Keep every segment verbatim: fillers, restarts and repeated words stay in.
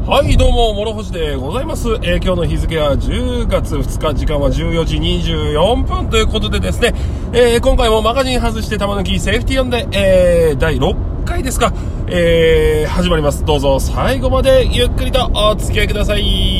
はいどうも諸星でございます、えー、今日の日付はじゅうがつふつか、時間はじゅうよじにじゅうよんぷんということでですね、えー、今回もマガジン外して玉抜きセーフティー読んで、えー、だいろっかいですか、えー、始まります。どうぞ最後までゆっくりとお付き合いください。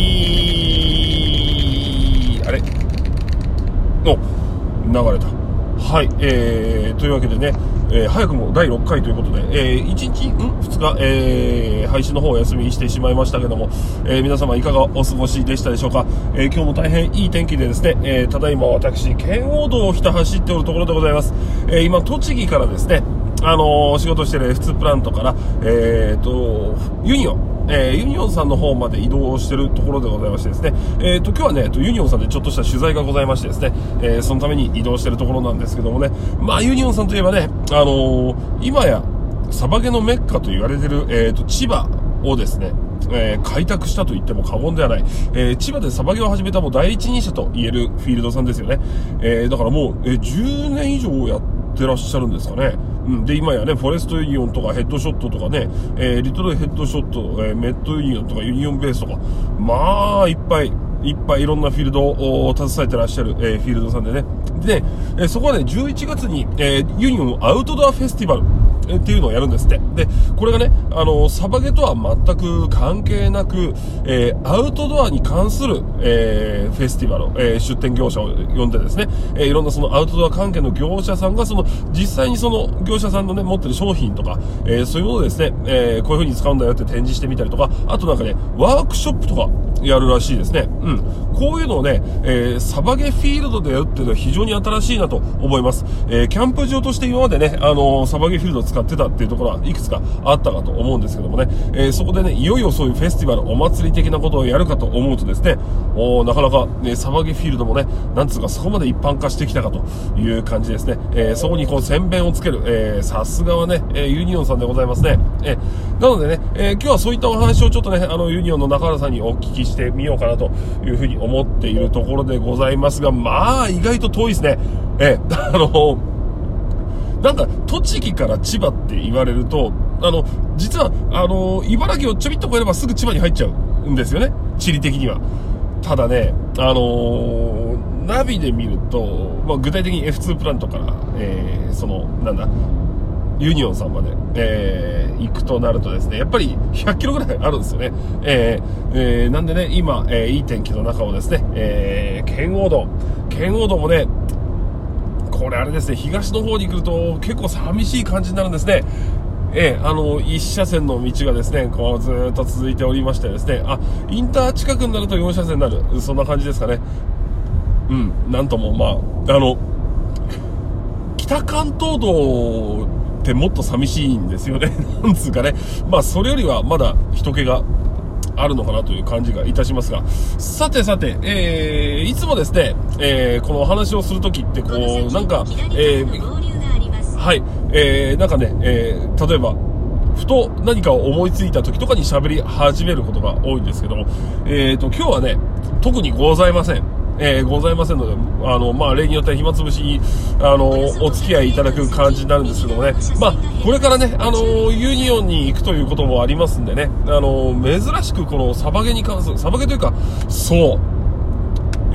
あれお流れた。はい、えー、というわけでね、えー、早くもだいろっかいということで、えー、いちにち、ん ?ふつか、えー、配信の方をお休みしてしまいましたけども、えー、皆様いかがお過ごしでしたでしょうか。えー、今日も大変いい天気でですね、えー、ただいま私、圏央道をひた走っておるところでございます。えー、今、栃木からですね、あのー、仕事している エフツー プラントから、えーと、ユニオン、えー、ユニオンさんの方まで移動しているところでございましてですね、えーと、今日はね、ユニオンさんでちょっとした取材がございましてですね、えー、そのために移動しているところなんですけどもね、まあ、ユニオンさんといえばね、あのー、今や、サバゲのメッカと言われている、えーと、千葉をですね、えー、開拓したと言っても過言ではない、えー、千葉でサバゲを始めたもう第一人者と言えるフィールドさんですよね。えー、だからもう、えー、じゅうねん以上やってらっしゃるんですかね。うん、で、今やね、フォレストユニオンとかヘッドショットとかね、えー、リトルヘッドショット、えー、メッドユニオンとかユニオンベースとか、まあ、いっぱい、いっぱいいろんなフィールドを携えてらっしゃる、えー、フィールドさんでね。でね、えー、そこはね、じゅういちがつに、えー、ユニオンアウトドアフェスティバル、えー、っていうのをやるんですって。で、これがね、あのー、サバゲとは全く関係なく、えー、アウトドアに関する、えー、フェスティバル、えー、出店業者を呼んでですね、えー、いろんなそのアウトドア関係の業者さんが、その、実際にその業者さんのね、持ってる商品とか、えー、そういうものをですね、えー、こういう風に使うんだよって展示してみたりとか、あとなんかね、ワークショップとかやるらしいですね。うん。こういうのをね、えー、サバゲフィールドでやるっていうのは非常に新しいなと思います。えー、キャンプ場として今までね、あのー、サバゲフィールドを使ってたっていうところはいくつかあったかと思うんですけどもね、えー、そこでね、いよいよそういうフェスティバル、お祭り的なことをやるかと思うとですね、おーなかなか、ね、サバゲフィールドもね、なんつうかそこまで一般化してきたかという感じですね。えー、そこにこう宣伝をつける、えー、さすがはね、えー、ユニオンさんでございますね。えー、なのでね、えー、今日はそういったお話をちょっとね、あの、ユニオンの中原さんにお聞きしてみようかなというふうに思っているところでございますが、まあ、意外と遠いですね。えー、あの、なんか、栃木から千葉って言われると、あの、実は、あの、茨城をちょびっと越えればすぐ千葉に入っちゃうんですよね。地理的には。ただね、あの、ナビで見ると、まあ、具体的に エフツー プラントから、えー、その、なんだ、ユニオンさんまで、えー、行くとなるとですね、やっぱりひゃっキロぐらいあるんですよね。えー、えー、なんでね、今、えー、いい天気の中をですね、えー、圏央道、圏央道もね、これあれですね、東の方に来ると結構寂しい感じになるんですね。えー、あの、一車線の道がですね、こうずーっと続いておりましてですね、あ、インター近くになるとよん車線になる、そんな感じですかね。うん、なんとも、まあ、あの、北関東道ってもっと寂しいんですよね。なんつうかね。まあ、それよりはまだ人気があるのかなという感じがいたしますが。さてさて、えー、いつもですね、えー、このお話をするときってこう、なんか、えー、はい、えー、なんかね、えー、例えば、ふと何かを思いついた時とかに喋り始めることが多いんですけども、えーと、今日はね、特にございません。えー、ございませんので、あの、まあ、例によっては暇つぶしに、あの、お付き合いいただく感じになるんですけどもね。まあ、これからね、あの、ユニオンに行くということもありますんでね、あの、珍しくこのサバゲに関する、サバゲというか、そう、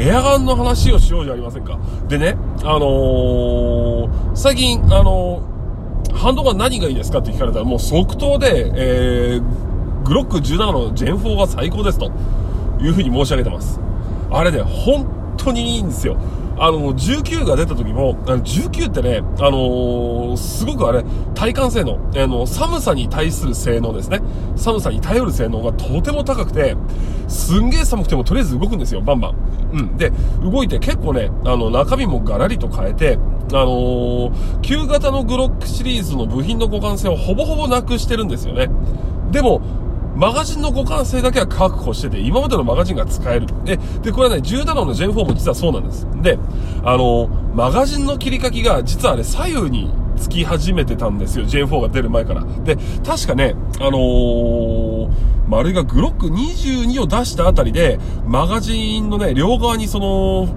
エアガンの話をしようじゃありませんか。でね、あのー、最近、あのー、ハンドガン何がいいですかって聞かれたら、もう即答で、えー、グロックじゅうななのジェンフォーが最高ですというふうに申し上げてます。あれね、本当にいいんですよ。あの、じゅうきゅうが出た時も、あのじゅうきゅうってね、あのー、すごくあれ、耐寒性能、あの、寒さに対する性能ですね。寒さに頼る性能がとても高くて、すんげえ寒くてもとりあえず動くんですよ、バンバン。うん。で、動いて結構ね、あの、中身もガラリと変えて、あのー、旧型のグロックシリーズの部品の互換性をほぼほぼなくしてるんですよね。でも、マガジンの互換性だけは確保してて、今までのマガジンが使える。で、で、これはね、じゅうななのジェンフォーも実はそうなんです。で、あの、マガジンの切り欠きが、実はあれ、左右につき始めてたんですよ。ジェンフォーが出る前から。で、確かね、あのー、丸がグロックにじゅうにを出したあたりで、マガジンのね、両側にその、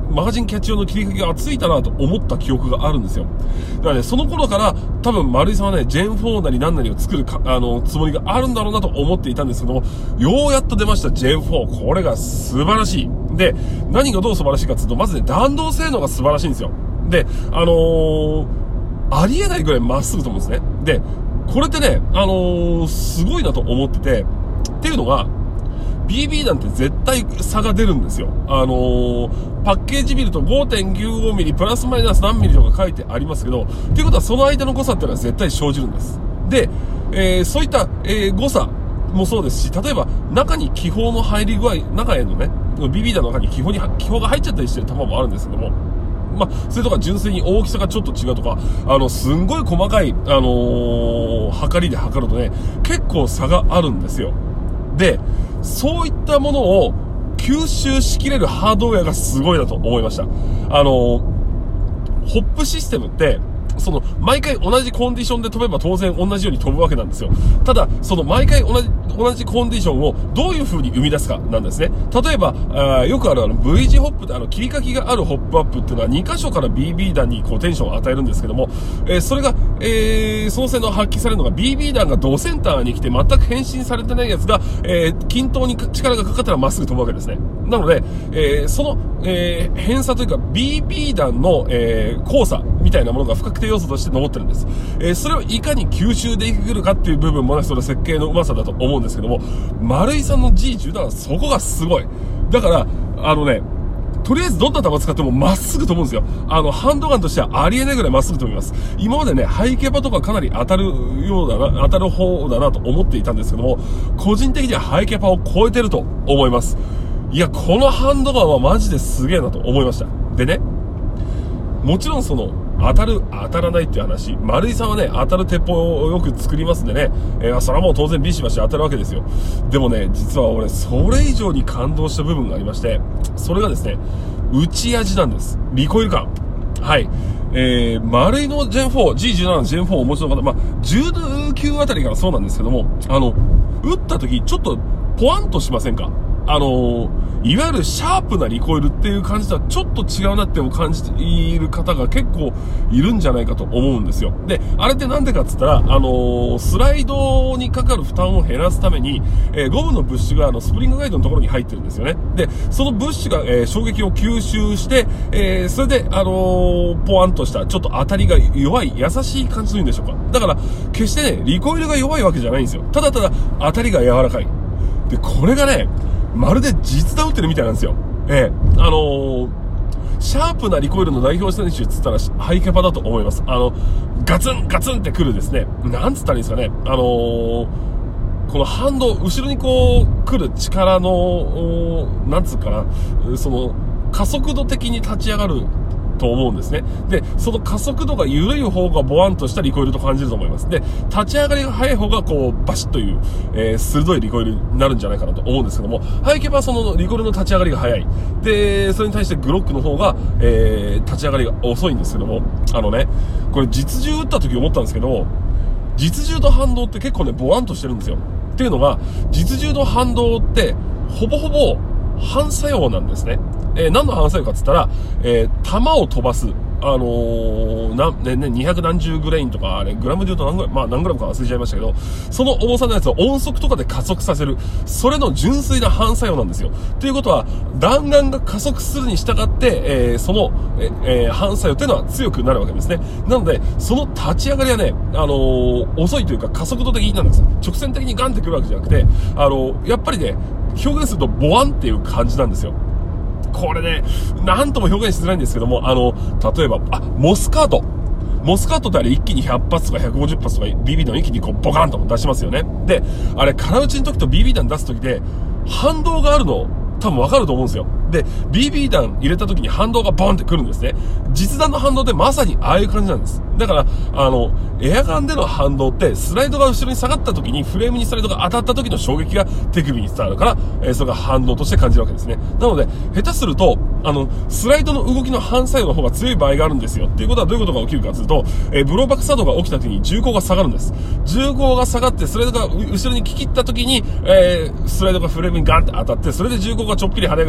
マガジンキャッチ用の切り欠きがついたなと思った記憶があるんですよ。だからね、その頃から多分丸井さんはね、ジェンフォーなり何なりを作るか、あの、つもりがあるんだろうなと思っていたんですけども、ようやっと出ました、ジェンフォー。これが素晴らしい。で、何がどう素晴らしいかというと、まずね、弾道性能が素晴らしいんですよ。で、あのー、ありえないぐらいまっすぐと思うんですね。で、これってね、あのー、すごいなと思ってて、っていうのが、ビービー 弾って絶対差が出るんですよ。あのー、パッケージ見ると ごてんきゅうごミリプラスマイナス何ミリとか書いてありますけど、っていうことはその間の誤差っていうのは絶対生じるんです。で、えー、そういった、えー、誤差もそうですし、例えば中に気泡の入り具合、中へのね、ビービー 弾の中に気泡に、気泡が入っちゃったりしてる弾もあるんですけども、まあ、それとか純粋に大きさがちょっと違うとか、あの、すんごい細かい、あのー、測りで測るとね、結構差があるんですよ。で、そういったものを吸収しきれるハードウェアがすごいなと思いました。あの、ホップシステムって、その、毎回同じコンディションで飛べば当然同じように飛ぶわけなんですよ。ただ、その毎回同じ、同じコンディションをどういう風に生み出すかなんですね。例えば、あよくあるあの V 字ホップであの切り欠きがあるホップアップっていうのはに箇所から ビービー 弾にこうテンションを与えるんですけども、えー、それが、えー、その性能が発揮されるのが ビービー 弾がドセンターに来て全く変身されてないやつが、えー、均等に力がかかったらまっすぐ飛ぶわけですね。なので、えー、その、えー、偏差というか ビービー 弾の、えー、交差みたいなものが不確定要素として残ってるんです。えー、それをいかに吸収できるかっていう部分もね、それは設計のうまさだと思うんですけども、丸井さんの ジーじゅうなな はそこがすごい。だから、あのね、とりあえずどんな弾使ってもまっすぐ飛ぶんですよ。あの、ハンドガンとしてはありえないぐらいまっすぐ飛びます。今までね、ハイキャパとかかなり当たるようだな、当たる方だなと思っていたんですけども、個人的にはハイキャパを超えてると思います。いや、このハンドガンはマジですげえなと思いました。でね、もちろんその、当たる、当たらないっていう話。丸井さんはね、当たる鉄砲をよく作りますんでね。えー、それはもう当然ビシバシ当たるわけですよ。でもね、実は俺、それ以上に感動した部分がありまして、それがですね、打ち味なんです。リコイル感。はい。えー、丸井の ジェンフォー、ジーじゅうなな の ジェンフォーをお持ちの方、まあ、じゅうきゅうあたりからそうなんですけども、あの、撃った時、ちょっと、ポワンとしませんか？あのー、いわゆるシャープなリコイルっていう感じとはちょっと違うなって感じている方が結構いるんじゃないかと思うんですよ。で、あれってなんでかって言ったら、あのー、スライドにかかる負担を減らすために、えー、ゴムのブッシュがあのスプリングガイドのところに入ってるんですよね。で、そのブッシュが、えー、衝撃を吸収して、えー、それで、あのー、ポワンとしたちょっと当たりが弱い、優しい感じというんでしょうか。だから、決してね、リコイルが弱いわけじゃないんですよ。ただただ当たりが柔らかい。で、これがね、まるで実弾撃ってるみたいなんですよ。ええ。あのー、シャープなリコイルの代表選手って言ったらハイキャパだと思います。あの、ガツンガツンってくるですね。なんつったらいいんですかね。あのー、この反動、後ろにこう来る力の、なんつうかな、その、加速度的に立ち上がると思うんですね。で、その加速度が緩い方がボワンとしたリコイルと感じると思います。で、立ち上がりが速い方がこうバシッという、えー、鋭いリコイルになるんじゃないかなと思うんですけども、ハイキャパはそのリコイルの立ち上がりが速い。で、それに対してグロックの方が、えー、立ち上がりが遅いんですけども、あのね、これ実銃撃った時思ったんですけど、実銃と反動って結構ね、ボワンとしてるんですよ。っていうのが、実銃と反動ってほぼほぼ反作用なんですね。えー、何の反作用かって言ったら、えー、弾を飛ばす。あのー、な、ね、ね、にひゃくなんじゅうグレインとか、あれ、グラムで言うと何グラム、まあ何グラムか忘れちゃいましたけど、その重さのやつを音速とかで加速させる。それの純粋な反作用なんですよ。ということは、弾丸が加速するに従って、えー、その、えー、反作用っていうのは強くなるわけですね。なので、その立ち上がりはね、あのー、遅いというか加速度的なんです。直線的にガンってくるわけじゃなくて、あのー、やっぱりね、表現するとボワンっていう感じなんですよ。これね、なんとも表現しづらいんですけども、あの、例えば、あ、モスカート。モスカートってあれ一気にひゃっぱつとかひゃくごじゅっぱつとか ビービー 弾一気にこうボカンと出しますよね。で、あれ、空打ちの時と ビービー 弾出す時で、反動があるの、多分わかると思うんですよ。で、ビービー 弾入れた時に反動がボンってくるんですね。実弾の反動ってまさにああいう感じなんです。だから、あの、エアガンでの反動って、スライドが後ろに下がった時に、フレームにスライドが当たった時の衝撃が手首に伝わるから、えー、それが反動として感じるわけですね。なので、下手すると、あの、スライドの動きの反作用の方が強い場合があるんですよ。っていうことはどういうことが起きるかというと、えー、ブローバック作動が起きた時に重厚が下がるんです。重厚が下がって、スライドが後ろに来切った時に、えー、スライドがフレームにガンって当たって、それで重厚がちょっぴり跳ね上がる。もしく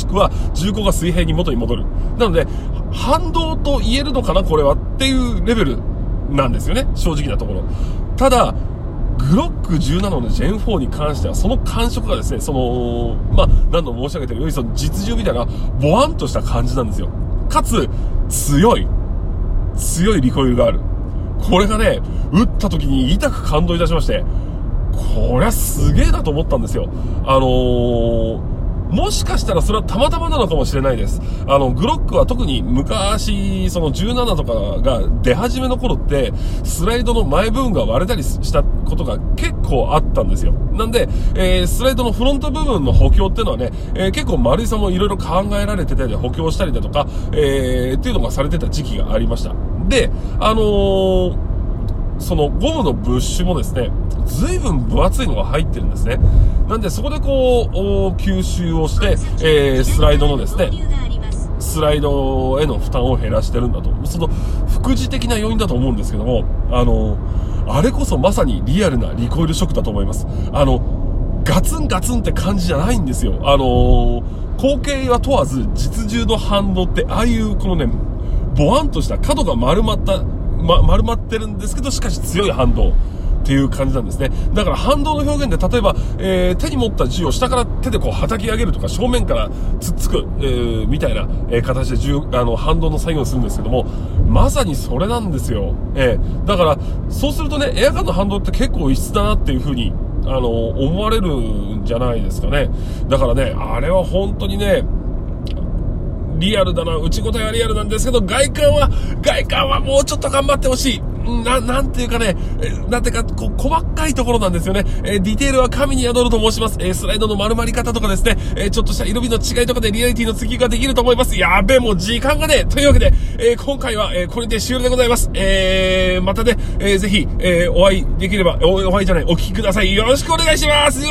クは銃口が水平に元に戻る。なので、反動と言えるのかなこれはっていうレベルなんですよね。正直なところ。ただ、グロックじゅうななのジェンフォーに関しては、その感触がですね、その、まあ、何度も申し上げてるように、その実銃みたいな、ボワンとした感じなんですよ。かつ、強い、強いリコイルがある。これがね、撃った時に痛く感動いたしまして、こりゃすげえなと思ったんですよ。あのー、もしかしたらそれはたまたまなのかもしれないです。あの、グロックは特に昔、そのじゅうななとかが出始めの頃って、スライドの前部分が割れたりしたことが結構あったんですよ。なんで、えー、スライドのフロント部分の補強っていうのはね、えー、結構丸井さんもいろいろ考えられてて、補強したりだとか、えー、っていうのがされてた時期がありました。で、あのー、そのゴムのブッシュもですね、随分分厚いのが入ってるんですね。なんでそこでこう吸収をして、えー、スライドのですね、スライドへの負担を減らしてるんだと、その副次的な要因だと思うんですけども、あのあれこそまさにリアルなリコイルショックだと思います。あのガツンガツンって感じじゃないんですよ。あの口径は問わず実銃の反動ってああいうこのね、ボワンとした角が丸まったま、丸まってるんですけど、しかし強い反動っていう感じなんですね。だから反動の表現で、例えば、えー、手に持った銃を下から手でこう叩き上げるとか、正面からつっつく、えー、みたいな、えー、形で銃、あの、反動の作業をするんですけども、まさにそれなんですよ。えー、だから、そうするとね、エアガンの反動って結構異質だなっていう風に、あの、思われるんじゃないですかね。だからね、あれは本当にね、リアルだな、内答えはリアルなんですけど、外観は、外観はもうちょっと頑張ってほしい。な、なんていうかね、なんていうか、こう、細かいところなんですよね。えー、ディテールは神に宿ると申します。えー、スライドの丸まり方とかですね、えー、ちょっとした色味の違いとかでリアリティの追求ができると思います。やべえ、もう時間がね、というわけで、えー、今回は、えー、これで終了でございます。えー、またね、えー、ぜひ、えー、お会いできれば、お、お会いじゃない、お聞きください。よろしくお願いします。